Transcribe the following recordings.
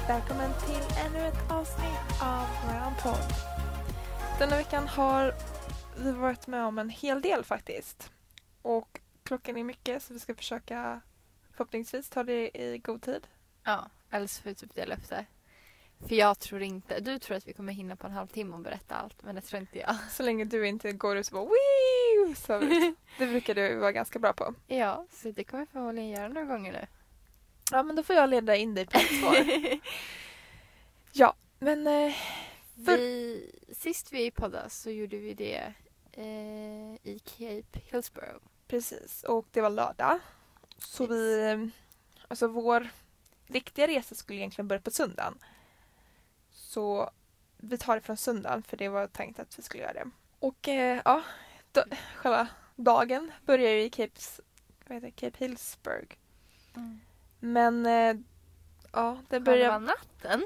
Välkommen till ännu ett avsnitt av våran podd. Denna veckan har vi varit med om en hel del faktiskt. Och klockan är mycket så vi ska försöka förhoppningsvis ta det i god tid. Ja, eller så får vi typ dela upp det. För jag tror inte, du tror att vi kommer hinna på en halvtimme och berätta allt, men det tror inte jag. Så länge du inte går ut och bara wii! Så det brukar du vara ganska bra på. Ja, så det kommer jag förmodligen göra några gånger nu. Ja, men då får jag leda in dig på ett svar. Ja, men... Sist vi poddade så gjorde vi det i Cape Hillsborough. Precis, och det var lördag. Så alltså vår riktiga resa skulle egentligen börja på söndagen. Så vi tar det från söndagen för det var tänkt att vi skulle göra det. Och ja, själva dagen börjar ju i Cape Hillsborough. Mm. Men ja, det började... Själva natten.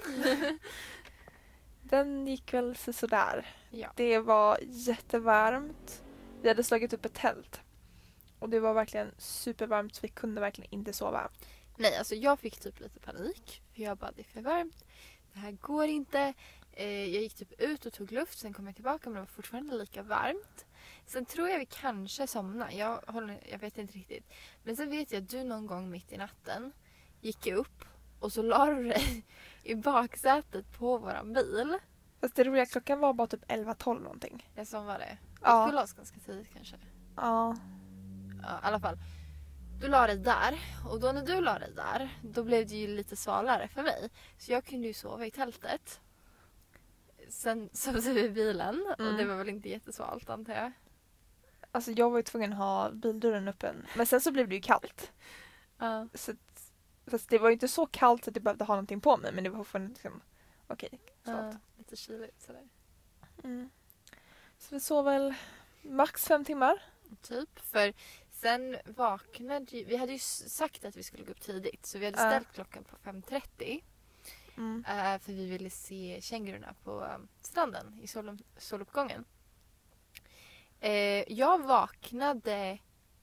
Den gick väl sådär. Ja. Det var jättevarmt. Vi hade slagit upp ett tält. Och det var verkligen supervarmt så vi kunde verkligen inte sova. Nej, alltså jag fick typ lite panik. För jag bara, det är för varmt. Det här går inte. Jag gick typ ut och tog luft. Sen kom jag tillbaka men det var fortfarande lika varmt. Sen tror jag vi kanske somnade. Jag vet inte riktigt. Men sen vet jag att du någon gång mitt i natten gick upp. Och så la du dig i baksätet på våran bil. Fast det roliga, klockan var bara typ 11-12 någonting. Ja, så var det. Ja. Vi skulle oss ganska tidigt kanske. Ja. Ja, i alla fall. Du la dig där. Och då när du la dig där, då blev det ju lite svalare för mig. Så jag kunde ju sova i tältet. Sen sov vi i bilen. Och det var väl inte jättesvalt antar jag. Alltså jag var ju tvungen att ha bildörren öppen. Men sen så blev det ju kallt. Ja. Fast det var ju inte så kallt att jag behövde ha någonting på mig. Men det var fortfarande liksom okej. Lite kyligt sådär. Mm. Så vi sov väl max 5 timmar. Typ. För sen vaknade vi hade ju sagt att vi skulle gå upp tidigt. Så vi hade ställt klockan på 5:30. För vi ville se kängurorna på stranden i soluppgången. Jag vaknade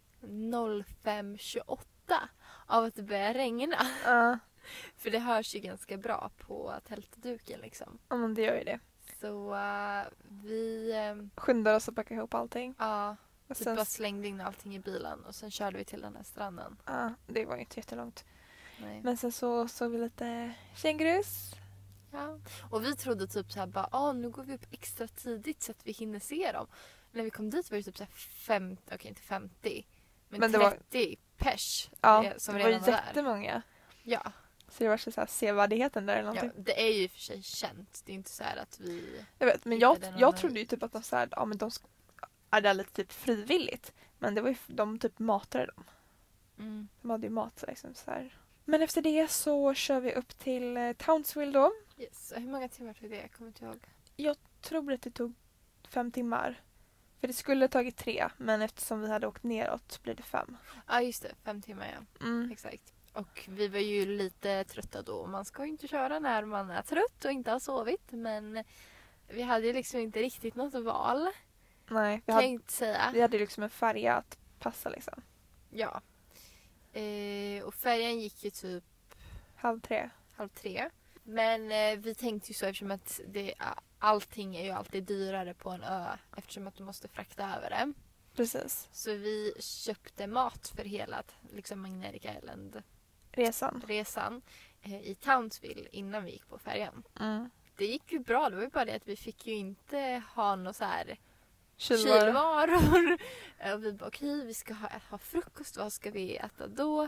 05:28 av att det började regna. För det hörs ju ganska bra på tältduken liksom. Ja, men det gör ju det. Så vi skyndade oss att packa ihop allting. Ja, och typ sen bara slängde in allting i bilen och sen körde vi till den här stranden. Ja, det var ju inte jättelångt. Nej. Men sen så såg vi lite kängurus. Ja. Och vi trodde typ såhär bara, nu går vi upp extra tidigt så att vi hinner se dem. När vi kom dit var det typ såhär 50, okej inte 50, men 30 pers. Ja, som det var ju redan jättemånga. Ja. Så det var så här sevärdigheten där eller någonting. Ja, det är ju i och för sig känt. Det är inte så här att vi... Jag vet, men jag trodde ju typ att de så här, ja men de är där lite typ frivilligt. Men det var ju, de typ matade dem. De hade ju mat liksom så här. Men efter det så kör vi upp till Townsville då. Yes. Hur många timmar tog det? Jag kommer inte ihåg. Jag tror att det tog 5 timmar. För det skulle ha tagit 3, men eftersom vi hade åkt neråt blev det 5. Ja, just det. 5 timmar, ja. Exakt. Och vi var ju lite trötta då. Man ska ju inte köra när man är trött och inte har sovit. Men vi hade ju liksom inte riktigt något val. Nej, vi hade liksom en färja att passa liksom. Ja. Och färjan gick ju typ 2:30. Men vi tänkte ju så eftersom att allting är ju alltid dyrare på en ö. Eftersom att du måste frakta över det. Precis. Så vi köpte mat för hela liksom Magnetic Island resan i Townsville innan vi gick på färjan. Det gick ju bra, det var ju bara det att vi fick ju inte ha något så här kylvaror. Och vi bara okej, vi ska ha frukost, vad ska vi äta då?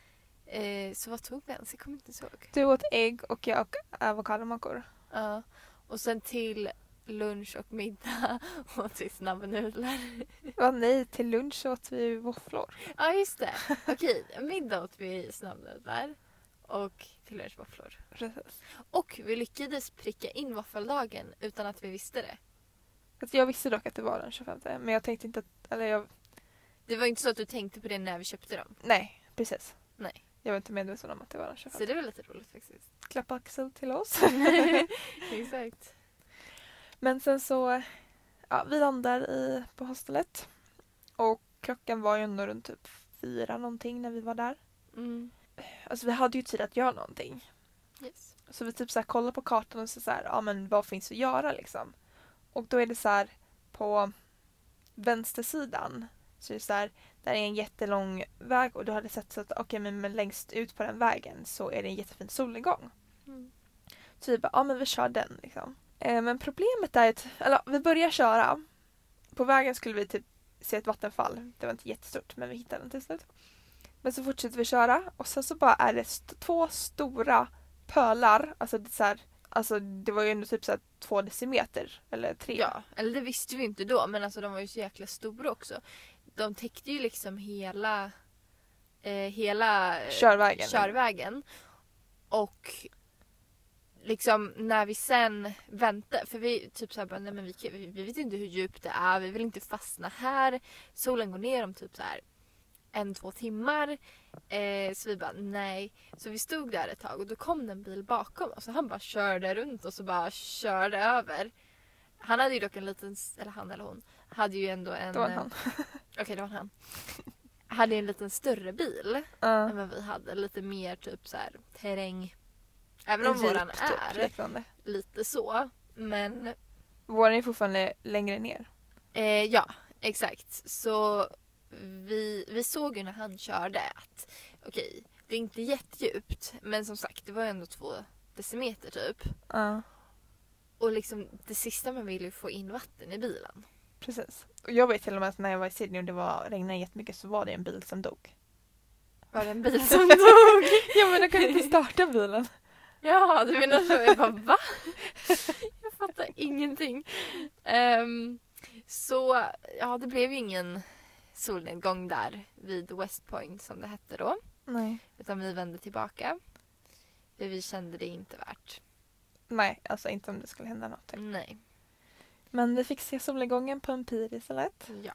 Så vad tog vi ens? Jag kommer inte ihåg. Du åt ägg och jag och avokadomackor. Ja, och sen till lunch och middag åt vi snabbnudlar. Ja, nej, till lunch åt vi våfflor. Ja, just det. Okej, middag åt vi snabbnudlar och till lunch våfflor. Precis. Och vi lyckades pricka in våffeldagen utan att vi visste det. Alltså, jag visste dock att det var den 25, men jag tänkte inte att... Det var inte så att du tänkte på det när vi köpte dem? Nej, precis. Nej. Jag var inte medveten om att det var den 25. Så det var lite roligt faktiskt. Klappa axel till oss. Exakt. Men sen så, vi landar på hostelet. Och klockan var ju ändå runt typ 4 någonting när vi var där. Alltså vi hade ju tid att göra någonting. Yes. Så vi typ så här kollar på kartan och så här, ja men vad finns att göra liksom. Och då är det så här på vänstersidan så är det så här, där är en jättelång väg och du hade sett så att okej, men längst ut på den vägen så är det en jättefin solnedgång. Så vi bara, ja men vi kör den liksom. Men problemet är att, eller vi börjar köra. På vägen skulle vi typ se ett vattenfall. Det var inte jättestort men vi hittade den till slut. Men så fortsätter vi köra och sen så bara är det två stora pölar. Alltså det, är så här, alltså det var ju ändå typ så här 2 decimeter eller 3. Ja, eller det visste vi inte då, men alltså de var ju så jäkla stora också. De täckte ju liksom hela körvägen. Och liksom när vi sen väntade, för vi typ så här bara, nej men vi vet inte hur djupt det är, vi vill inte fastna här. Solen går ner om typ så här 1-2 timmar. Så vi bara nej. Så vi stod där ett tag och då kom det en bil bakom oss och han bara körde runt och så bara körde över. Han hade ju dock en liten, eller han eller hon hade ju ändå en... Det var han. Okej, det var han. Hade ju en liten större bil än vad vi hade. Lite mer typ så här terräng. Även om våran är lite så. Men... Våran är fortfarande längre ner. Ja, exakt. Så vi såg ju när han körde att okej, det är inte jättedjupt. Men som sagt, det var ändå 2 decimeter typ. Och liksom det sista man ville få in vatten i bilen. Precis. Och jag vet till och med att när jag var i Sydney och det regnade jättemycket så var det en bil som dog. Var det en bil som dog? Ja, men jag kunde inte starta bilen. Ja, du menar så. Jag bara, va? Jag fattar ingenting. Så ja, det blev ju ingen solnedgång där vid West Point som det hette då. Nej. Utan vi vände tillbaka. För vi kände det inte värt. Nej, alltså inte om det skulle hända något. Nej. Men vi fick se solnedgången på en pir istället. Ja.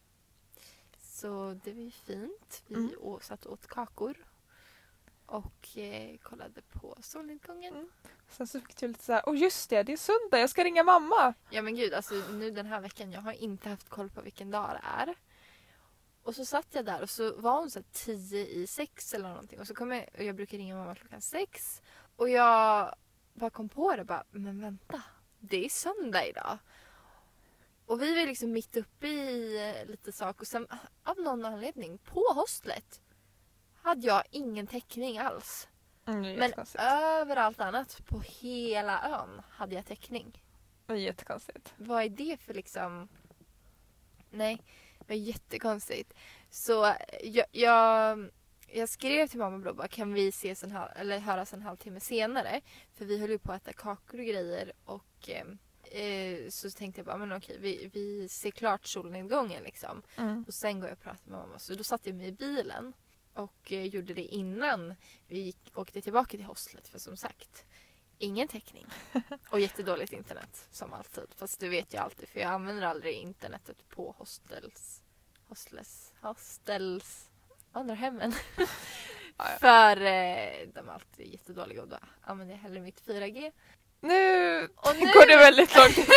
Så det var ju fint. Vi satt och åt kakor. Och kollade på solnedgången. Sen så fick du lite så här, just det är söndag, jag ska ringa mamma. Ja men gud, alltså nu den här veckan, jag har inte haft koll på vilken dag det är. Och så satt jag där och så var hon så 5:50 eller någonting. Och så kom jag, och jag brukar ringa mamma 6:00. Och jag bara kom på det, bara, men vänta, det är söndag idag. Och vi var liksom mitt uppe i lite saker. Och sen av någon anledning, på hostlet hade jag ingen täckning alls. Men överallt annat på hela ön hade jag täckning. Det var jättekonstigt. Vad är det för liksom... Nej, det var jättekonstigt. Så jag skrev till mamma och bara, kan vi ses eller höras en halvtimme senare? För vi höll ju på att äta kakor och grejer. Och så tänkte jag bara, men okej, vi ser klart solnedgången liksom. Och sen går jag och pratar med mamma. Så då satt jag mig i bilen. Och gjorde det innan vi åkte tillbaka till hostlet. För som sagt, ingen täckning. Och jättedåligt internet, som alltid. Fast du vet jag alltid, för jag använder aldrig internetet på hostels andra hemmen. För de är alltid jättedåliga och då använder jag hellre mitt 4G. Nu går det väldigt långt.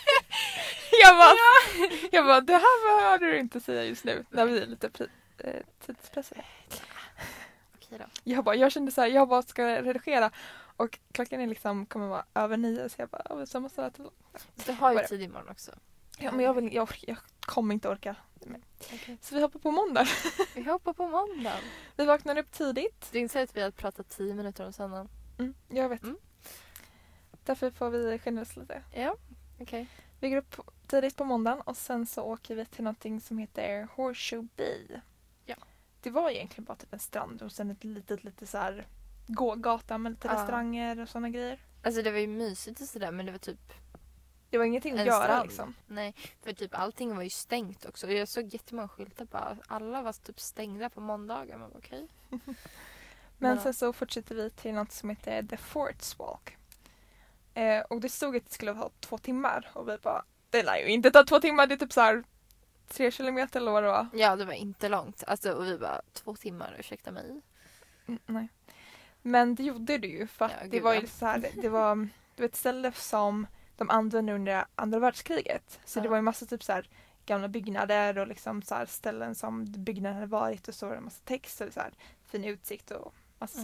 jag bara, det här behöver du inte säga just nu. När vi är lite tidspressade. Okej då. Jag kände så här, jag bara ska redigera. Och klockan är liksom, kommer vara över 9. Så jag bara, så måste jag Du har ju tid imorgon också. Ja, men jag kommer inte orka. Okay. Så vi hoppar på måndag. Vi hoppar på måndag. Vi vaknar upp tidigt. Du inser att vi har pratat 10 minuter om söndagen. Jag vet. Därför får vi skynda oss lite. Ja, okej. Vi går upp tidigt på måndagen och sen så åker vi till någonting som heter Horseshoe Bay. Ja. Det var egentligen bara typ en strand och sen ett lite så här gågata med lite restauranger och sådana grejer. Alltså det var ju mysigt och sådär, men det var typ... Det var ingenting att göra liksom. Nej, för typ allting var ju stängt också. Jag såg jättemånga skyltar på. Alla var typ stängda på måndagar. Men okej. Men sen så fortsätter vi till något som heter The Forts Walk. Och det stod att det skulle ta 2 timmar. Och vi bara, det lär ju inte ta 2 timmar. Det är typ så här 3 kilometer eller vad det var. Ja, det var inte långt. Alltså, och vi bara, 2 timmar, ursäkta mig. Nej. Men det gjorde det ju. För att det var ju så här, det var ett ställe som de använde under andra världskriget. Så det var ju massa typ så här gamla byggnader och liksom så här ställen som byggnaden hade varit. Och så var det en massa text och så här fin utsikt och massa sådana grejer.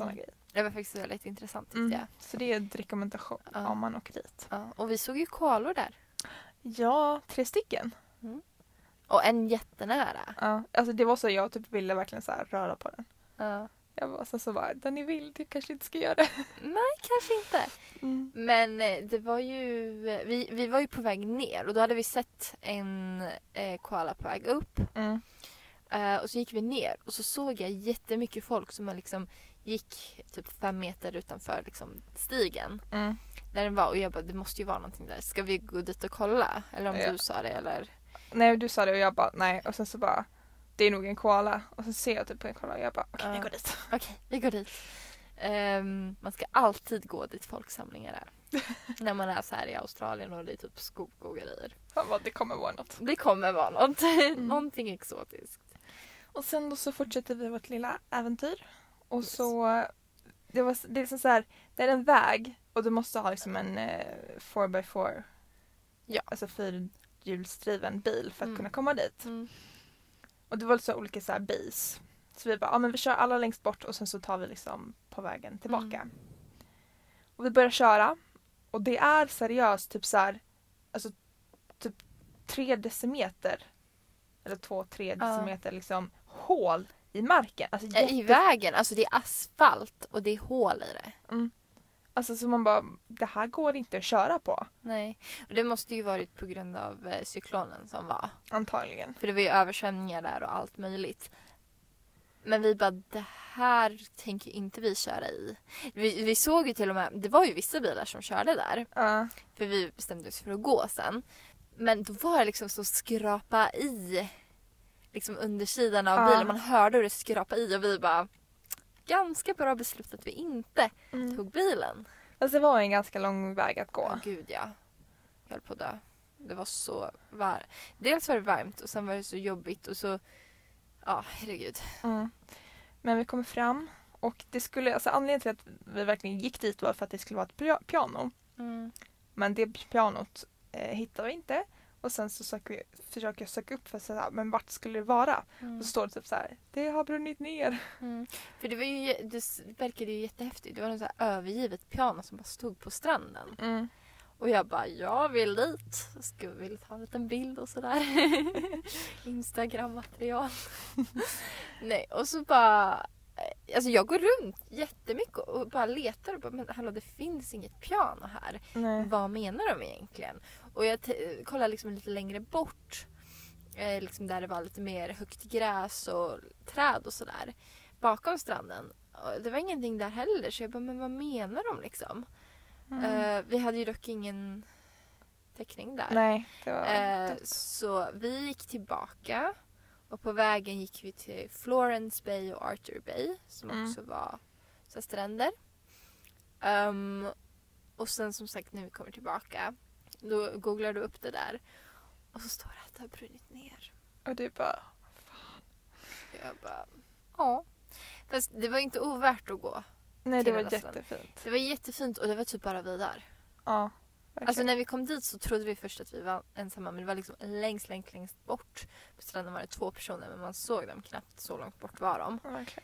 Det var faktiskt väldigt intressant tyckte jag. Så det är en rekommendation om man åker dit. Ja. Och vi såg ju koalor där. Ja, 3 stycken. Och en jättenära. Ja, alltså det var så jag typ ville verkligen så här röra på den. Ja. Jag var så bara, den ni vill, du kanske inte ska göra det. Nej, kanske inte. Men det var ju, vi var ju på väg ner och då hade vi sett en koala på väg upp. Och så gick vi ner och så såg jag jättemycket folk som liksom gick typ 5 meter utanför liksom stigen. Där den var och jag bara, det måste ju vara någonting där. Ska vi gå dit och kolla? Eller om du sa det eller? Nej, du sa det och jag bara, nej. Och sen så bara, det är nog en koala. Och så ser jag typ på en koala och jag bara, okej, vi går dit. Okej, vi går dit. Man ska alltid gå dit folksamlingar är. När man är så här i Australien och det är typ skog och grejer. Ja, det kommer vara något. Det kommer vara något. Någonting exotiskt. Och sen då så fortsätter vi vårt lilla äventyr. Och så, det är liksom så här, det är en väg och du måste ha liksom en 4x4. Ja. Alltså 4-hjulsdriven bil för att kunna komma dit. Och det var så olika så här bis. Så vi bara, men vi kör alla längst bort och sen så tar vi liksom på vägen tillbaka. Och vi börjar köra. Och det är seriöst typ så här, alltså typ 3 decimeter. Eller 2-3 decimeter liksom hål i marken. Alltså I vägen, alltså det är asfalt och det är hål i det. Alltså så man bara, det här går inte att köra på. Nej, och det måste ju varit på grund av cyklonen som var. Antagligen. För det var ju översvämningar där och allt möjligt. Men vi bara, det här tänker inte vi köra i. Vi såg ju till och med, det var ju vissa bilar som körde där. För vi bestämde oss för att gå sen. Men då var det liksom så skrapa i liksom undersidan av bilen. Man hörde hur det skrapa i och vi bara, ganska bra beslut att vi inte tog bilen. Alltså det var en ganska lång väg att gå. Gud ja. Jag höll på att dö. Det var så varmt. Dels var det varmt och sen var det så jobbigt och så, ja, herregud. Men vi kommer fram och det skulle, alltså anledningen till att vi verkligen gick dit var för att det skulle vara ett piano. Men det pianot hittade vi inte. Och sen så försöker jag söka upp för att säga, men vart skulle det vara? Och så står det typ så här, det har brunnit ner. För det verkade ju jättehäftigt. Det var en så här övergivet piano som bara stod på stranden. Och jag bara, jag vill dit. Jag skulle vilja ta en liten bild och sådär. Instagram-material. Nej, och så bara, alltså jag går runt jättemycket och bara letar och bara, men hallå, det finns inget piano här. Vad menar de egentligen? Och jag kollar liksom lite längre bort, liksom där det var lite mer högt gräs och träd och sådär bakom stranden. Och det var ingenting där heller, så jag bara, men vad menar de liksom? Vi hade ju dock ingen täckning där. Nej, det var så vi gick tillbaka. Och på vägen gick vi till Florence Bay och Arthur Bay. Som också var så stränder. Och sen som sagt när vi kommer tillbaka. Då googlar du upp det där. Och så står det att det har brunnit ner. Och du bara, fan. Jag bara, ja. Fast det var inte ovärt att gå. Nej, det var jättefint. Det var jättefint och det var typ bara vi där. Ja. Verkligen. Alltså när vi kom dit så trodde vi först att vi var ensamma. Men det var liksom längst bort. På stranden var det 2 personer. Men man såg dem knappt, så långt bort var de. Verkligen.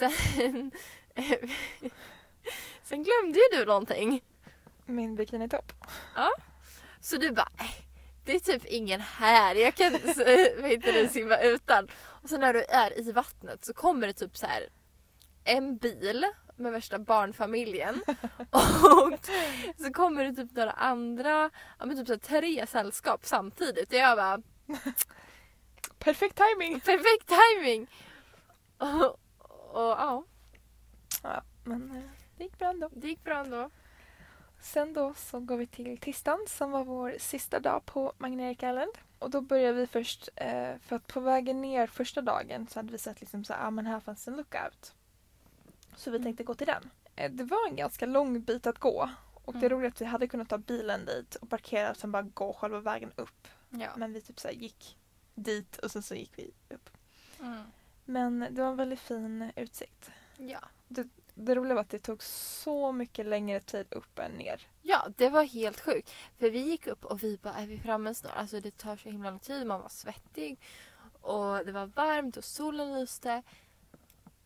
Sen glömde ju du någonting. Min bikinitopp. Ja. Så du bara, det är typ ingen här. Jag kan inte simma utan. Och så när du är i vattnet så kommer det typ så här en bil med värsta barnfamiljen och så kommer det typ några andra, ja men typ så 3 sällskap samtidigt och jag bara, perfekt timing och ja. Ja, men det gick bra ändå. Sen då så går vi till tisdagen som var vår sista dag på Magnetic Island. Och då började vi först, för att på vägen ner första dagen så hade vi sett liksom så här, men här fanns en lookout. Så vi tänkte gå till den. Det var en ganska lång bit att gå. Och det roliga är att vi hade kunnat ta bilen dit och parkera och sen bara gå själva vägen upp. Ja. Men vi typ så här gick dit och sen så gick vi upp. Men det var en väldigt fin utsikt. Ja. Det roliga var att det tog så mycket längre tid upp än ner. Ja, det var helt sjukt. För vi gick upp och vi bara, är vi framme snart? Alltså det tar så himla lång tid, man var svettig. Och det var varmt och solen lyste.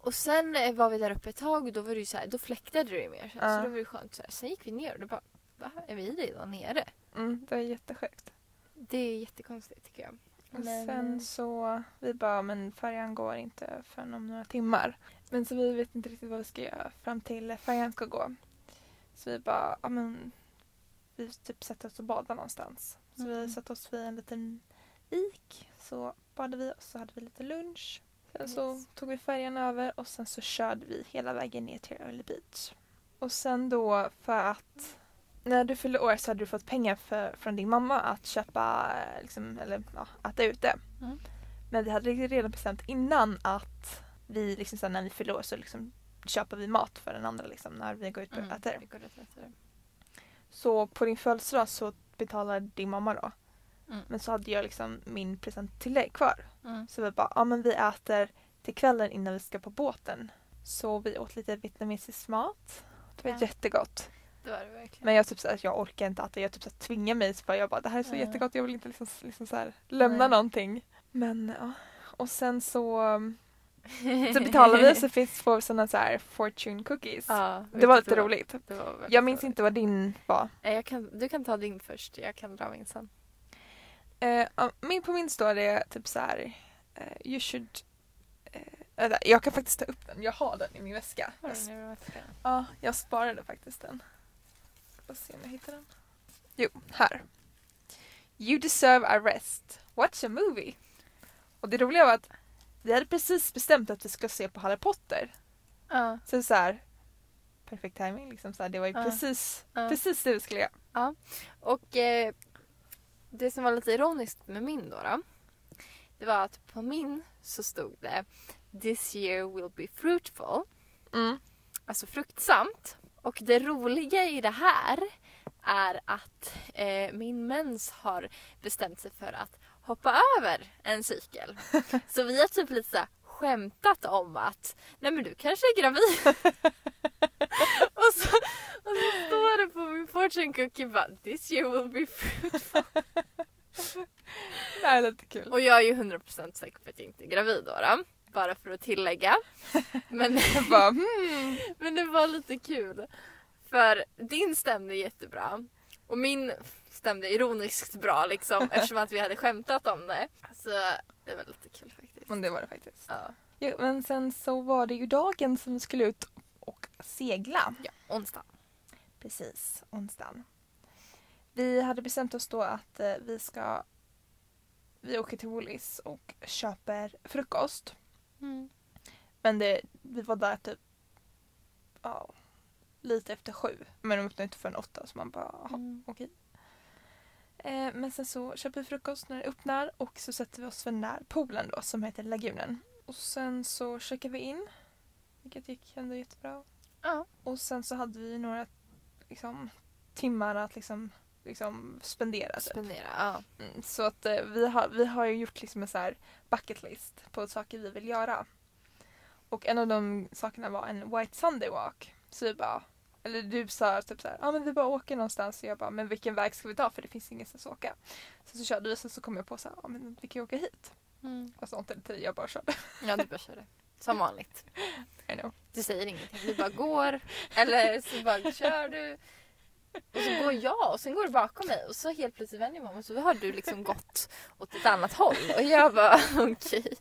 Och sen var vi där uppe ett tag och då var det ju så här, då fläktade det mer. Så då var det skönt så här. Sen gick vi ner och då bara, va? Är vi redan nere? Det är jättesjukt. Det är jättekonstigt tycker jag. Och sen så, vi bara, men färjan går inte förrän om några timmar. Men så vi vet inte riktigt vad vi ska göra fram till färjan ska gå. Så vi bara, ja men vi typ sätter oss och badar någonstans. Så vi satte oss vid en liten vik. Så badade vi och så hade vi lite lunch. Sen så tog vi färjan över och sen så körde vi hela vägen ner till Early Beach. Och sen då för att när du fyllde år så hade du fått pengar från din mamma att köpa liksom, eller äta ute. Men vi hade redan bestämt innan att vi liksom, så när vi fyller år så liksom, köper vi mat för den andra liksom, när vi går ut och äter. Så på din födelsedag så betalade din mamma då. Men så hade jag liksom min present till dig kvar. Så vi bara, men vi äter till kvällen innan vi ska på båten. Så vi åt lite vietnamesisk mat. Det var jättegott. Det var det verkligen. Men jag typ såhär, jag orkar inte att jag typ såhär tvingar mig. Så jag bara, det här är så jättegott, jag vill inte liksom såhär lämna någonting. Men ja. Och sen så betalade vi så finns det sådana så här fortune cookies. Det var lite roligt. Jag minns inte vad din var. Du kan ta din först, jag kan dra min sen. På min står det typ så här, you should jag kan faktiskt ta upp den. Jag har den i min väska. Ja, jag sparade faktiskt den. Ska se om jag hittar den. Jo, här. You deserve a rest. Watch a movie. Och det roliga var att vi hade precis bestämt att vi skulle se på Harry Potter. Så här perfekt timing liksom så här, det var ju precis det vi skulle göra. Ja. Och det som var lite ironiskt med min då, det var att på min så stod det This year will be fruitful. Alltså fruktsamt. Och det roliga i det här är att min mens har bestämt sig för att hoppa över en cykel. Så vi har typ lite så här skämtat om att nej men du kanske är gravid. och så står det på min fortune cookie bara This year will be fruitful. Det är lite kul. Och jag är ju 100% säker på att jag inte är gravid då. Bara för att tillägga. Men, men det var lite kul. För din stämde jättebra. Och min stämde ironiskt bra liksom. Eftersom att vi hade skämtat om det. Så det var lite kul faktiskt. Men det var det faktiskt. Ja, men sen så var det ju dagen som vi skulle ut och segla. Ja, onsdag. Precis, onsdagen. Vi hade bestämt oss då att vi åker till Woolies och köper frukost. Men vi var där typ lite efter 7. Men de öppnade inte förrän 8 så man bara, okej. Men sen så köper vi frukost när det öppnar och så sätter vi oss för den där poolen då som heter Lagunen. Och sen så checkar vi in, vilket gick ändå jättebra. Och sen så hade vi några liksom, timmar att liksom spendera. Så att vi har ju gjort liksom en så här bucket list på saker vi vill göra. Och en av de sakerna var en White Sunday walk. Så vi bara, eller du sa typ så här, men vi bara åker någonstans. Och jag bara, men vilken väg ska vi ta för det finns ingenstans att åka. Så körde vi, så kom jag på så här, men vi kan åka hit. Fast inte till jag bara körde. Ja, du bara körde. Som vanligt. I know. Du säger ingenting, du bara går. Eller så bara kör du. Och så går jag och sen går du bakom mig och så helt plötsligt vänder jag mig och så har du liksom gått åt ett annat håll och jag bara okej.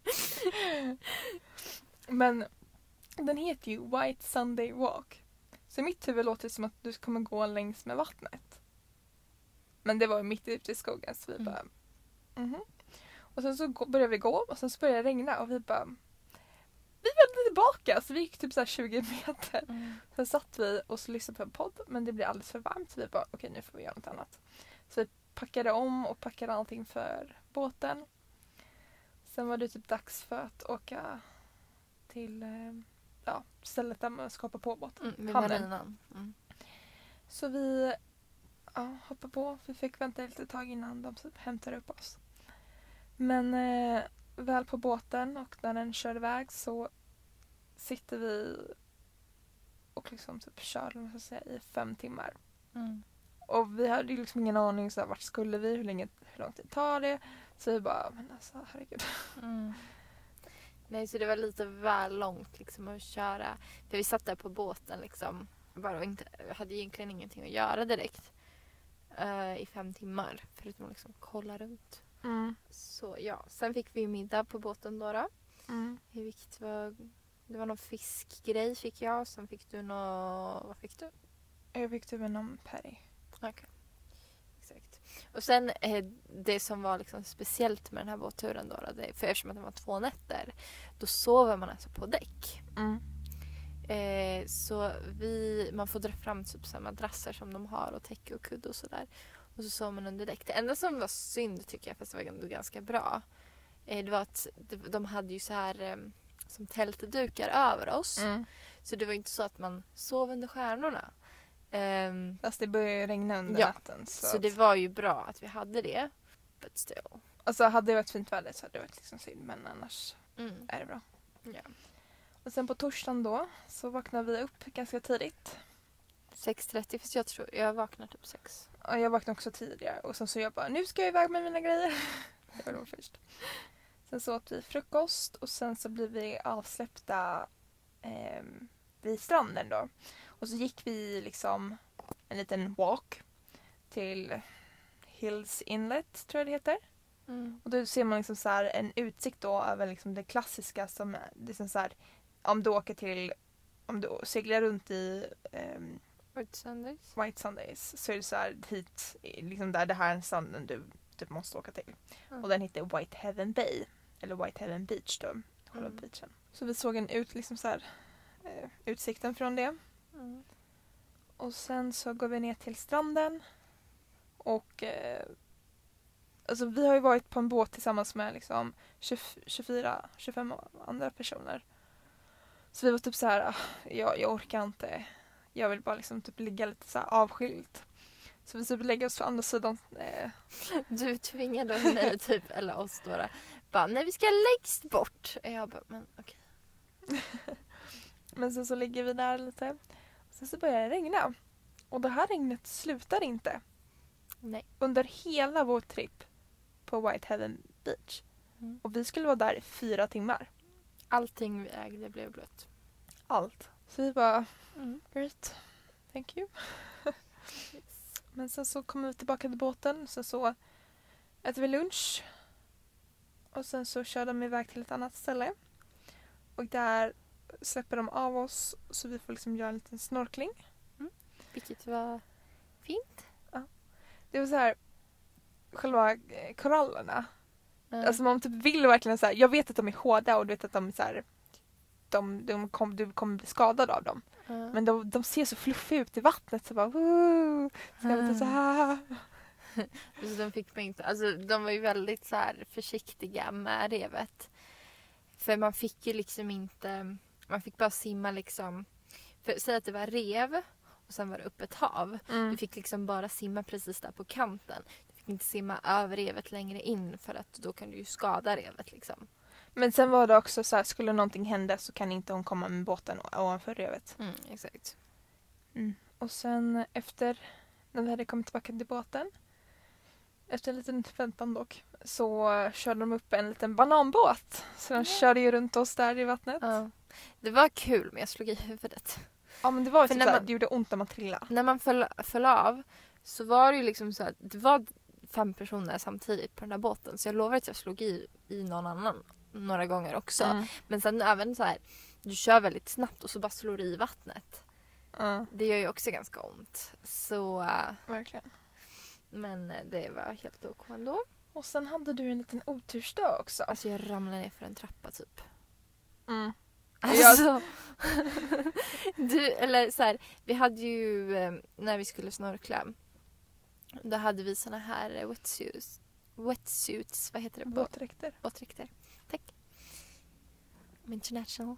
Men den heter ju White Sunday Walk. Så i mitt huvud låter det som att du kommer gå längs med vattnet. Men det var mitt ute i skogen så vi bara Och sen så började vi gå och sen så började det regna och vi bara vi vände tillbaka så vi gick typ så här 20 meter. Sen satt vi och så lyssnade på en podd men det blev alldeles för varmt så vi bara okej, nu får vi göra något annat. Så vi packade om och packade allting för båten. Sen var det typ dags för att åka till stället där man ska hoppa på båten. Hamnen. Så vi hoppade på. Vi fick vänta lite tag innan de typ hämtade upp oss. Men väl på båten och när den kör iväg så sitter vi och liksom typ kör i 5 timmar. Och vi hade ju liksom ingen aning så här, vart skulle vi, hur lång tid tar det. Så vi bara, men alltså herregud. Nej, så det var lite väl långt liksom att köra. För vi satt där på båten liksom. Bara inte, hade egentligen ingenting att göra direkt. I 5 timmar. Förutom att liksom kolla runt. Så ja, sen fick vi middag på båten då. Vilket var, det var någon fiskgrej fick jag. Sen fick du vad fick du? Jag fick typ någon perry. Okej. Exakt. Och sen det som var liksom speciellt med den här båtturen då. För eftersom att det var 2 nätter. Då sover man alltså på däck. Så man får dra fram typ samma madrasser som de har och täcke och kudd och sådär. Och så sov man under däck. Det enda som var synd tycker jag, fast det var ändå ganska bra. Det var att de hade ju så här som tältdukar över oss. Så det var inte så att man sov under stjärnorna. Fast det började regna under natten. Så det var ju bra att vi hade det. But still. Alltså hade det varit fint väder så hade det varit liksom synd. Men annars är det bra. Ja. Och sen på torsdagen då så vaknade vi upp ganska tidigt. 6:30, fast jag tror jag vaknar typ 6. Och jag vaknade också tidigare. Och sen så jag bara, nu ska jag iväg med mina grejer. Det var då först. Sen så åt vi frukost och sen så blev vi avsläppta vid stranden då. Och så gick vi liksom en liten walk till Hills Inlet, tror jag det heter. Och då ser man liksom så här en utsikt då över liksom det klassiska som är liksom så här, om du seglar runt i White Sundays så är det så här hit liksom där det här är stranden du typ måste åka till. Och den heter White Heaven Bay eller White Heaven Beach då, själva beachen. Så vi såg liksom så här utsikten från det. Och sen så går vi ner till stranden och alltså vi har ju varit på en båt tillsammans med liksom 24-25 andra personer. Så vi var typ så här, jag orkar inte. Jag vill bara liksom typ ligga lite så här avskilt. Så vi typ lägger oss på andra sidan. Du tvingade mig typ, eller oss då. Bara, nej vi ska längst bort. Jag bara, men okej. Men sen så ligger vi där lite. Sen så börjar det regna. Och det här regnet slutar inte. Nej. Under hela vår trip på White Heaven Beach. Och vi skulle vara där i 4 timmar. Allting vi ägde blev blött. Allt. Så vi bara, great. Thank you. Yes. Men sen så kommer vi tillbaka till båten. Sen så äter vi lunch. Och sen så kör de iväg till ett annat ställe. Och där släpper de av oss så vi får liksom göra en liten snorkling. Vilket var fint. Ja. Det var så här själva korallerna. Alltså man typ vill verkligen så här, jag vet att de är hårda och du vet att de är så här, du kommer bli skadad av dem. Men de ser så fluffiga ut i vattnet så bara så här. Så de fick mig inte, alltså de var ju väldigt så här försiktiga med revet. För man fick ju liksom inte, man fick bara simma liksom, för säg att det var rev och sen var det öppet hav. Du fick liksom bara simma precis där på kanten. Du fick inte simma över revet längre in för att då kan du ju skada revet liksom. Men sen var det också så här, skulle någonting hända så kan inte hon komma med båten ovanför revet. Exakt. Och sen efter när vi hade kommit tillbaka till båten, efter en liten väntan dock, så körde de upp en liten bananbåt. Så de körde ju runt oss där i vattnet. Ja. Det var kul men jag slog i huvudet. Ja men det var ju typ såhär, det gjorde ont när man trillade. När man föll av så var det ju liksom så att det var 5 personer samtidigt på den här båten. Så jag lovar att jag slog i någon annan några gånger också. Men sen även så här, du kör väldigt snabbt och så bara slår du i vattnet. Det gör ju också ganska ont. Så verkligen. Men det var helt ok ändå. Och sen hade du en liten otursdag också. Alltså jag ramlade ner för en trappa typ. Alltså. Eller så här, vi hade ju när vi skulle snorkla. Då hade vi såna här wetsuits, vad heter det? Båtdräkter. Tack. International.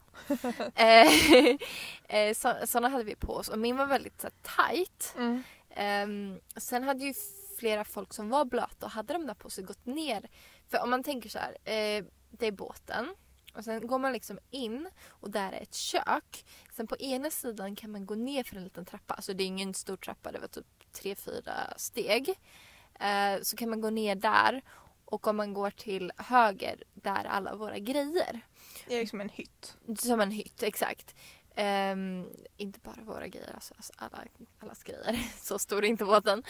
Såna hade vi på oss och min var väldigt så här, tight. Sen hade ju flera folk som var blöta och hade de där på sig gått ner. För om man tänker så här, det är båten. Och sen går man liksom in och där är ett kök. Sen på ena sidan kan man gå ner för en liten trappa. Alltså det är ingen stor trappa, det var typ 3-4 steg. Så kan man gå ner där. Och om man går till höger, där alla våra grejer. Det är liksom en hytt. Som en hytt, exakt. Inte bara våra grejer, alltså allas grejer. Så stor är inte båten.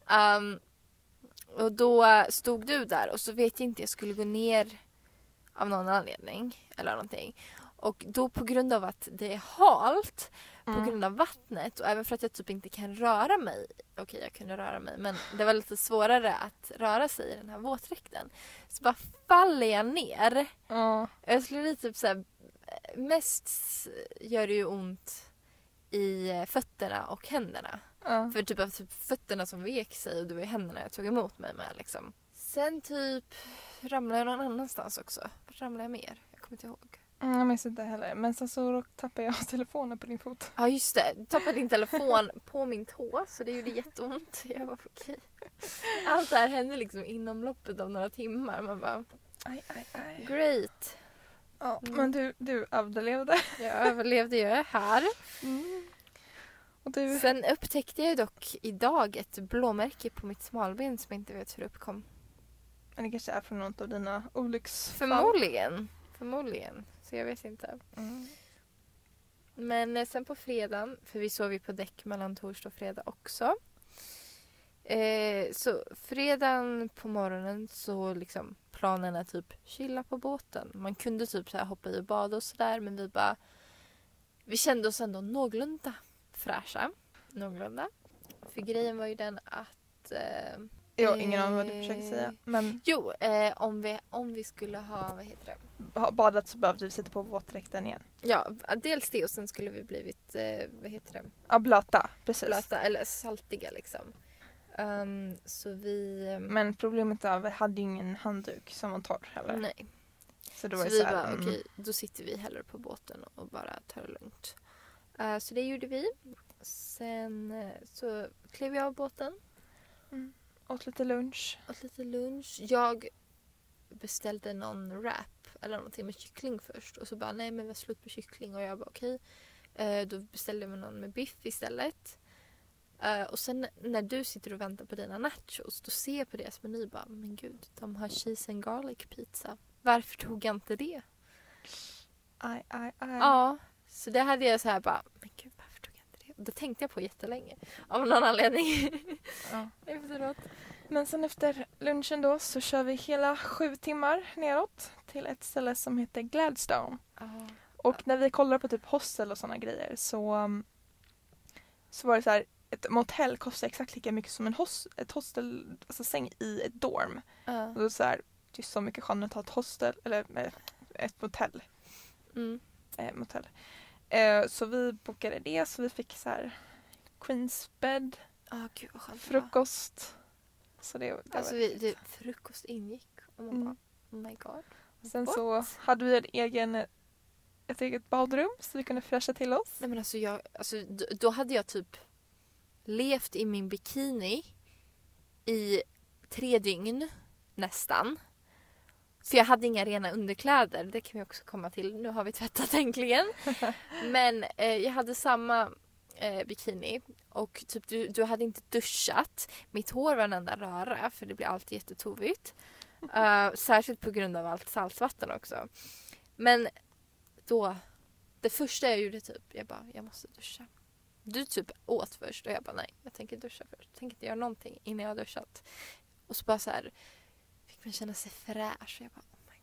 Och då stod du där och så vet jag inte, jag skulle gå ner av någon anledning eller någonting. Och då på grund av att det är halt, på grund av vattnet och även för att jag typ inte kan röra mig. Okej, jag kunde röra mig, men det var lite svårare att röra sig i den här våtdräkten. Så bara faller jag ner. Jag skulle typ såhär, mest gör det ju ont i fötterna och händerna. För typ fötterna som vek sig och det var händerna jag tog emot mig med liksom. Sen typ ramlade jag någon annanstans också. Ramlade jag mer? Jag kommer inte ihåg. Jag minns inte heller. Men sen så tappade jag telefonen på din fot. Ja just det. Du tappade din telefon på min tå så det gjorde jätteont. Jag var okej. Allt det här hände liksom inom loppet av några timmar. Man bara... Aj. Great. Ja, men du överlevde. Jag överlevde, jag är här. Och du... Sen upptäckte jag dock idag ett blåmärke på mitt smalben som jag inte vet hur det uppkom. Men det kanske är från något av dina olycksfall. Förmodligen. Så jag vet inte. Men sen på fredagen, för vi sov ju på däck mellan torsdag och fredag också. Så fredagen på morgonen så liksom planen är typ chilla på båten. Man kunde typ så här hoppa i och bada och sådär, men vi kände oss ändå någorlunda fräscha. Någorlunda. För grejen var ju den att... ingen aning vad du försöker säga. Men... Jo, om vi skulle ha, vad heter det? Badat så behövde vi sätta på våtdräkten igen. Ja, dels det och sen skulle vi blivit, vad heter det? Ja, blöta, precis. Blöta, eller saltiga liksom. Så vi... Men problemet är att vi hade ingen handduk som var torr heller. Nej. Så då var så det vi så här, bara, okej, då sitter vi hellre på båten och bara tar det lugnt. Så det gjorde vi. Sen så klev jag av båten. Åt lite lunch. Jag beställde någon wrap eller någonting med kyckling först. Och så bara, nej men vi har slut på kyckling. Och jag bara, okej. Då beställde jag någon med biff istället. Och sen när du sitter och väntar på dina nachos, då ser jag på deras meny och bara, men gud, de har cheese and garlic pizza. Varför tog jag inte det? Aj. Ja, så det hade jag så här bara, men gud, varför tog jag inte det? Det tänkte jag på jättelänge. Av någon anledning. Ja. Efteråt. Men sen efter lunchen då så kör vi hela 7 timmar neråt till ett ställe som heter Gladstone. Och när vi kollar på typ hostel och såna grejer så var det så här, ett motell kostar exakt lika mycket som ett hostel, alltså säng i ett dorm. Och då så här, det är så mycket skönare att ha ett hostel eller ett motell. Motell. Så vi bokade det, så vi fick så här Queen's bed, Gud, vad skönt. frukost. Så det alltså frukost ingick. Och man bara, oh my god. Sen så hade vi ett eget badrum så vi kunde fräscha till oss. Nej men då hade jag typ levt i min bikini i 3 dygn nästan. För jag hade inga rena underkläder. Det kan vi också komma till. Nu har vi tvättat äntligen. Men jag hade samma bikini. Och typ du hade inte duschat. Mitt hår var en enda röra. För det blir alltid jättetovigt. Särskilt på grund av allt saltvatten också. Men då, det första jag gjorde typ, jag måste duscha. Du typ åt först och jag bara nej, jag tänker duscha först. Jag tänker inte göra någonting innan jag har duschat. Och så bara så här fick man känna sig fräsch och jag bara oh my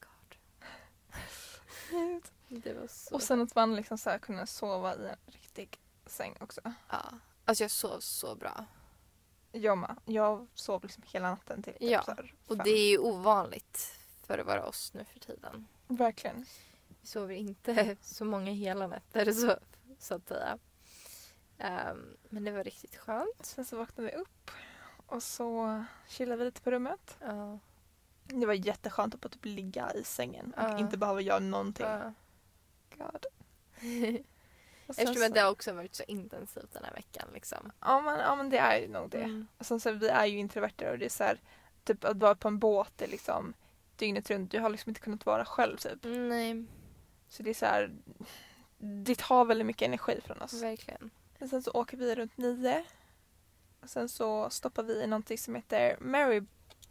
god. Det var så. Och sen att man liksom så här kunde sova i en riktig säng också. Ja, alltså jag sov så bra. Jag med. Jag sov liksom hela natten till. Ja, så här och det är ju ovanligt för att vara oss nu för tiden. Verkligen. Vi sover inte så många hela nätter så att säga. Men det var riktigt skönt. Sen så vaknade vi upp och så chillade vi lite på rummet. Ja. Det var jätteskönt att bara typ ligga i sängen och inte behöva göra någonting. God. Eftersom att det också har varit så intensivt den här veckan liksom. Ja men det är ju nog det. Och sen så vi är ju introverter och det är så här, typ att vara på en båt är liksom dygnet runt. Du har liksom inte kunnat vara själv typ. Nej. Så det är så här, det tar väldigt mycket energi från oss. Verkligen. Men sen så åker vi runt 9. Och sen så stoppar vi i någonting som heter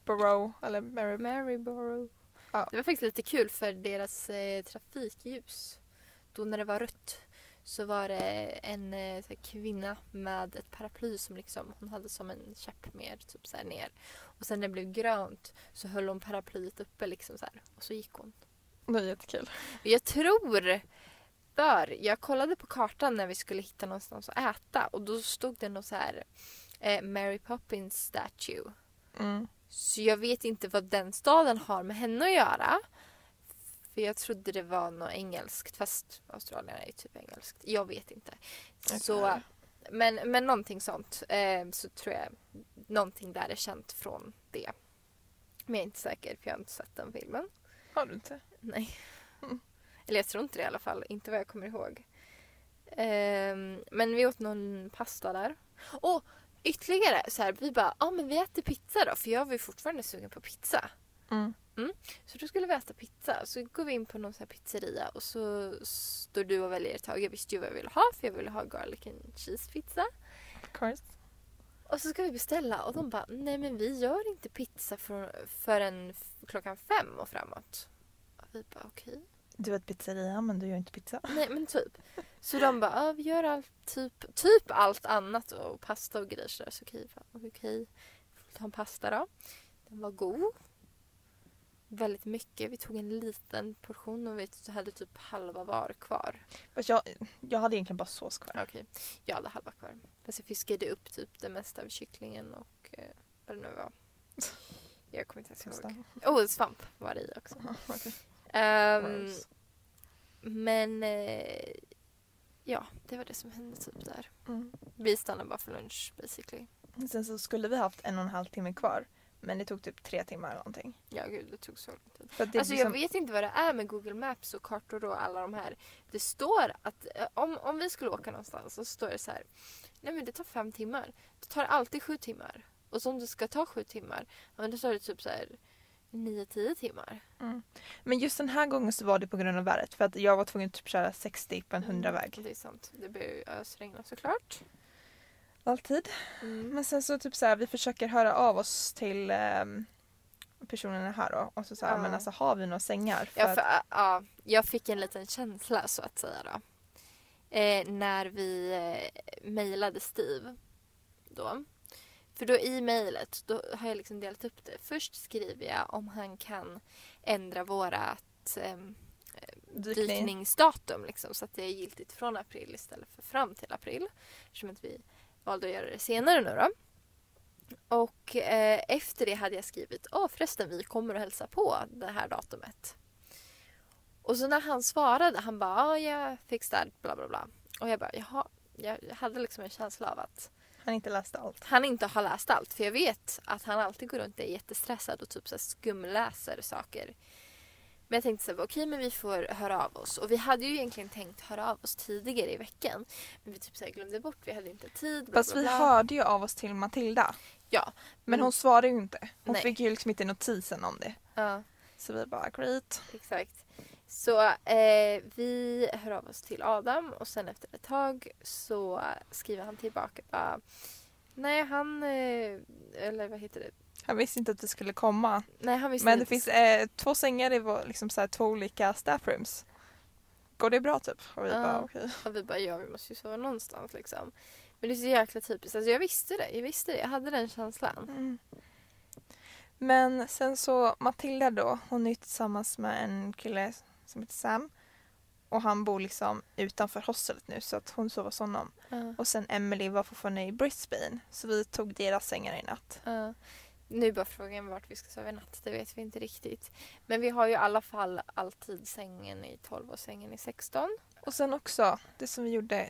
Maryborough. Eller Maryborough. Ja. Det var faktiskt lite kul för deras trafikljus. Då när det var rött så var det en så här, kvinna med ett paraply som liksom, hon hade som en käpp mer typ så här ner. Och sen när det blev grönt så höll hon paraplyet uppe liksom så här. Och så gick hon. Det är jättekul. Jag tror jag kollade på kartan när vi skulle hitta någonstans att äta och då stod det något så här Mary Poppins statue. Så jag vet inte vad den staden har med henne att göra. För jag trodde det var något engelskt, fast Australien är ju typ engelskt. Jag vet inte. Okay. Så, men någonting sånt. Så tror jag någonting där är känt från det. Men jag är inte säker för jag har inte sett den filmen. Har du inte? Nej. Eller jag tror inte det i alla fall. Inte vad jag kommer ihåg. Men vi åt någon pasta där. Och ytterligare så här, vi bara, men vi äter pizza då. För jag var ju fortfarande sugen på pizza. Så då skulle vi äta pizza. Så går vi in på någon sån här pizzeria. Och så står du och väljer ett tag. Jag visste ju vad jag ville ha. För jag ville ha garlic and cheese pizza. Of course. Och så ska vi beställa. Och de bara, nej men vi gör inte pizza förrän 5:00 och framåt. Och vi bara, okej. Du är ett pizzeria men du gör inte pizza. Nej men typ. Så de bara, vi gör allt, typ allt annat. Och pasta och grejer. Så okej. Får ta en pasta då. Den var god. Väldigt mycket. Vi tog en liten portion och vi hade typ halva var kvar. Jag hade egentligen bara sås kvar. Okej. Jag hade halva kvar. Fast jag fiskade upp typ det mesta av kycklingen och vad det nu var. Jag kommer inte ens ihåg. Svamp var det i också. Okay. Men ja, det var det som hände typ där. Vi stannade bara för lunch basically. Sen så skulle vi haft 1,5 timme kvar. Men det tog typ 3 timmar eller någonting. Ja gud, det tog så lång tid. Alltså liksom... jag vet inte vad det är med Google Maps och kartor och alla de här. Det står att om vi skulle åka någonstans så står det så här. Nej men det tar 5 timmar. Det tar alltid 7 timmar. Och så om det ska ta 7 timmar. Men då står det typ så här 9-10 timmar. Men just den här gången så var det på grund av vädret. För att jag var tvungen att typ köra 60 på en 100-väg. Det är sant. Det blir ju ösregna såklart. Alltid. Men sen så typ så här, vi försöker höra av oss till personerna här då. Och så här, men alltså har vi några sängar? Jag fick en liten känsla så att säga då. När vi mejlade Steve då. För då i mejlet då har jag liksom delat upp det. Först skriver jag om han kan ändra vårat dykningsdatum liksom, så att det är giltigt från april istället för fram till april. Eftersom att vi valde att göra det senare nu då. Och efter det hade jag skrivit förresten vi kommer att hälsa på det här datumet. Och så när han svarade, han bara jag fick där bla bla bla. Och jag bara jaha, jag hade liksom en känsla av att han inte läste allt. Han inte har läst allt. För jag vet att han alltid går runt och är jättestressad och typ så här skumläser saker. Men jag tänkte så här, okej, men vi får höra av oss. Och vi hade ju egentligen tänkt höra av oss tidigare i veckan. Men vi typ så här glömde bort, vi hade inte tid. Bla, fast bla, bla. Vi hörde ju av oss till Matilda. Ja. Men hon svarade ju inte. Hon fick ju liksom inte notisen om det. Ja. Så vi bara, great. Exakt. Så vi hör av oss till Adam och sen efter ett tag så skriver han tillbaka bara, nej han, eller vad heter det? Han visste inte att det skulle komma. Nej, han visste men inte. Det finns 2 sängar i liksom så här 2 olika staffrooms. Går det bra typ? Och vi bara okej. Och vi bara vi måste ju sova någonstans liksom. Men det är så jäkla typiskt. Alltså jag visste det. Jag hade den känslan. Men sen så Matilda då, hon är tillsammans med en kille som heter Sam. Och han bor liksom utanför hostelet nu så att hon sover hos honom. Och sen Emily var fortfarande i Brisbane. Så vi tog deras sängar i natt. Nu är bara frågan vart vi ska sova i natt. Det vet vi inte riktigt. Men vi har ju i alla fall alltid sängen i 12 och sängen i 16. Och sen också, det som vi gjorde.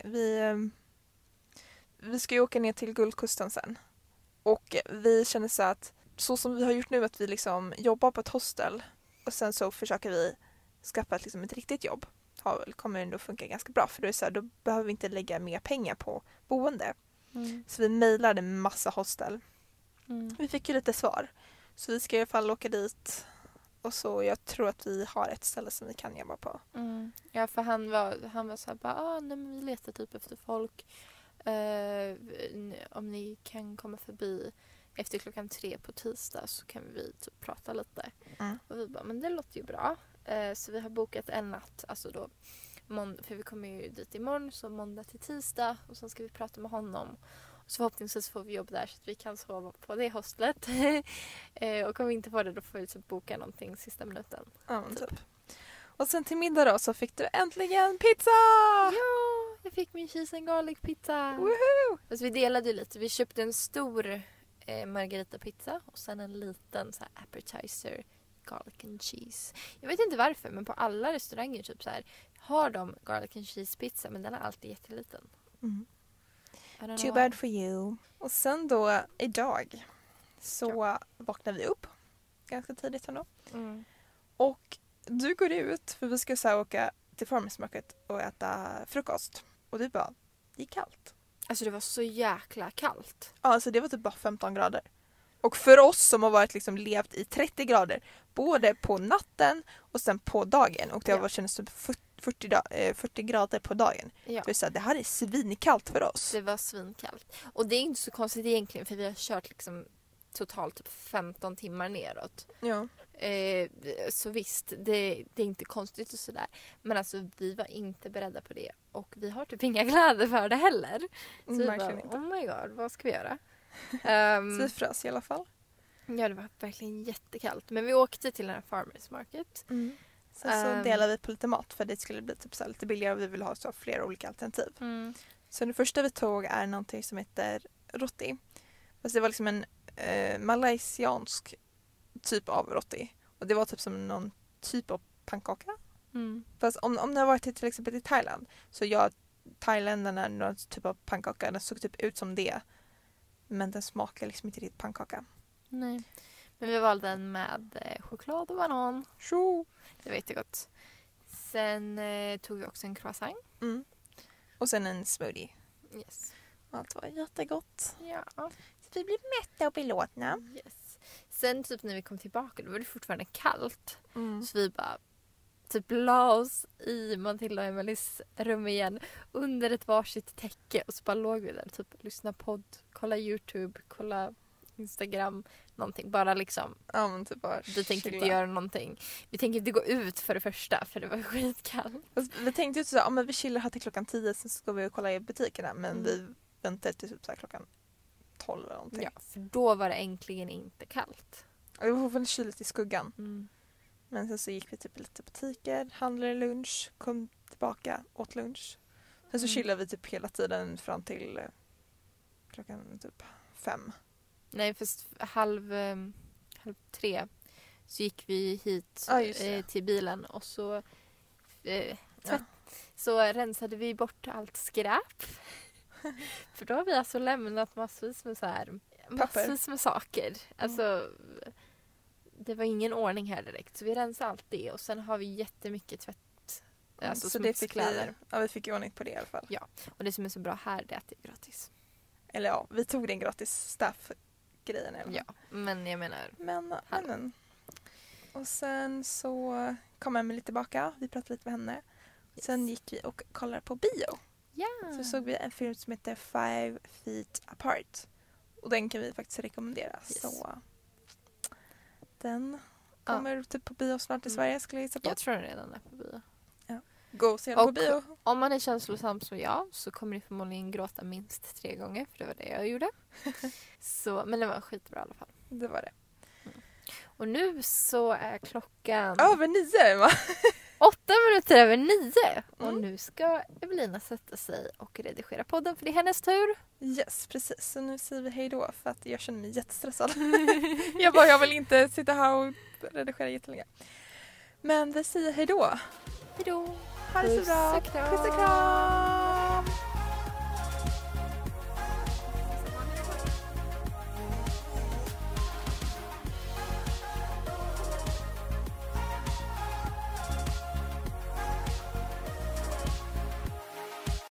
Vi ska ju åka ner till Guldkusten sen. Och vi känner så att så som vi har gjort nu att vi liksom jobbar på ett hostel. Och sen så försöker vi skaffa ett riktigt jobb. Kommer ändå funka ganska bra. För då, är så här, då behöver vi inte lägga mer pengar på boende. Så vi mejlade en massa hostel. Vi fick ju lite svar. Så vi ska i alla fall åka dit. Och så jag tror att vi har ett ställe som vi kan jobba på. Ja, för han var så här bara, nej men vi letar typ efter folk. Om ni kan komma förbi efter 3:00 på tisdag så kan vi typ prata lite. Och vi bara, men det låter ju bra. Så vi har bokat en natt, alltså då för vi kommer ju dit imorgon, så måndag till tisdag, och sen ska vi prata med honom. Så förhoppningsvis får vi jobb där så att vi kan sova på det hostlet. Och om vi inte får det, då får vi typ boka någonting sista minuten. Ja, typ. Och sen till middag då så fick du äntligen pizza! Ja, jag fick min cheese and garlic pizza. Woohoo! Alltså vi delade ju lite. Vi köpte en stor margarita pizza och sen en liten så här appetizer garlic and cheese. Jag vet inte varför, men på alla restauranger typ så här har de garlic and cheese pizza, men den är alltid jätteliten. Too bad for you. Och sen då idag så vaknade vi upp ganska tidigt ändå. Och du går ut, för vi ska så här åka till Farmers Market och äta frukost. Och du bara, det är kallt. Alltså det var så jäkla kallt. Ja, alltså det var typ bara 15 grader. Och för oss som har varit liksom levt i 30 grader, både på natten och sen på dagen. Och det har varit känns typ 40 grader på dagen. Ja. Så det här är svinkallt för oss. Det var svinkallt. Och det är inte så konstigt egentligen, för vi har kört liksom totalt typ 15 timmar neråt. Ja. Så visst, det är inte konstigt och sådär. Men alltså vi var inte beredda på det. Och vi har typ inga kläder för det heller. Så vi bara, oh my god, vad ska vi göra? Så vi frös i alla fall. Ja, det var verkligen jättekallt. Men vi åkte till den här Farmers Market. Så delade vi på lite mat, för det skulle bli typ så lite billigare och vi vill ha så flera olika alternativ. Så det första vi tog är någonting som heter roti. Fast det var liksom en malaysiansk typ av roti. Och det var typ som någon typ av pannkaka. Fast om det har varit till exempel i Thailand, så thailändarna någon typ av pannkaka, den såg typ ut som det. Men den smakar liksom inte riktigt pannkaka. Nej. Men vi valde den med choklad och banan. Det var jättegott. Sen tog vi också en croissant. Och sen en smoothie. Yes. Allt var jättegott. Ja. Så vi blev mätta och belåtna. Yes. Sen typ när vi kom tillbaka, då var det fortfarande kallt. Så vi bara typ la oss i Matilda och Emelies rum igen under ett varsitt täcke. Och så bara låg vi där typ lyssna podd, kolla YouTube, kolla Instagram, någonting. Bara liksom, ja, men typ bara vi tänkte inte göra någonting. Vi tänkte inte gå ut för det första, för det var skitkallt. Vi tänkte ju så men vi chillar här till 10:00, sen ska vi kolla i butikerna. Men vi väntade till typ så här 12 eller någonting. Ja, för då var det äntligen inte kallt. Och det var väldigt kyligt i skuggan. Men sen så gick vi typ lite butiker, handlade lunch, kom tillbaka, åt lunch. Sen så chillade vi typ hela tiden fram till 5. Nej, först 2:30 så gick vi hit till bilen och så så rensade vi bort allt skräp. För då har vi alltså lämnat massvis med med saker. Alltså det var ingen ordning här direkt, så vi rensade allt det och sen har vi jättemycket tvätt, alltså så smutskläder. Vi fick ju ordning på det i alla fall. Ja, och det som är så bra här är att det är gratis. Eller ja, vi tog den gratis staff-grejen. Ja, men jag menar... Men. Och sen så kom Emelie tillbaka, vi pratade lite med henne. Yes. Sen gick vi och kollade på bio. Yeah. Så såg vi en film som heter 5 Feet Apart. Och den kan vi faktiskt rekommendera. Yes. Så den kommer typ på bio snart i Sverige, skulle jag gissa på. Jag tror den redan är på bio. Ja. Gå och se den på bio. Om man är känslosam som jag så kommer ni förmodligen gråta minst 3 gånger, för det var det jag gjorde. Men det var skitbra i alla fall. Det var det. Och nu så är klockan... Över 9, va? 8 minuter över 9. Och nu ska Evelina sätta sig och redigera podden, för det är hennes tur. Yes, precis. Så nu säger vi hej då, för att jag känner mig jättestressad. jag vill inte sitta här och redigera jättelänge. Men vi säger hej då. Hej då. Ha det så bra. Puss och kram.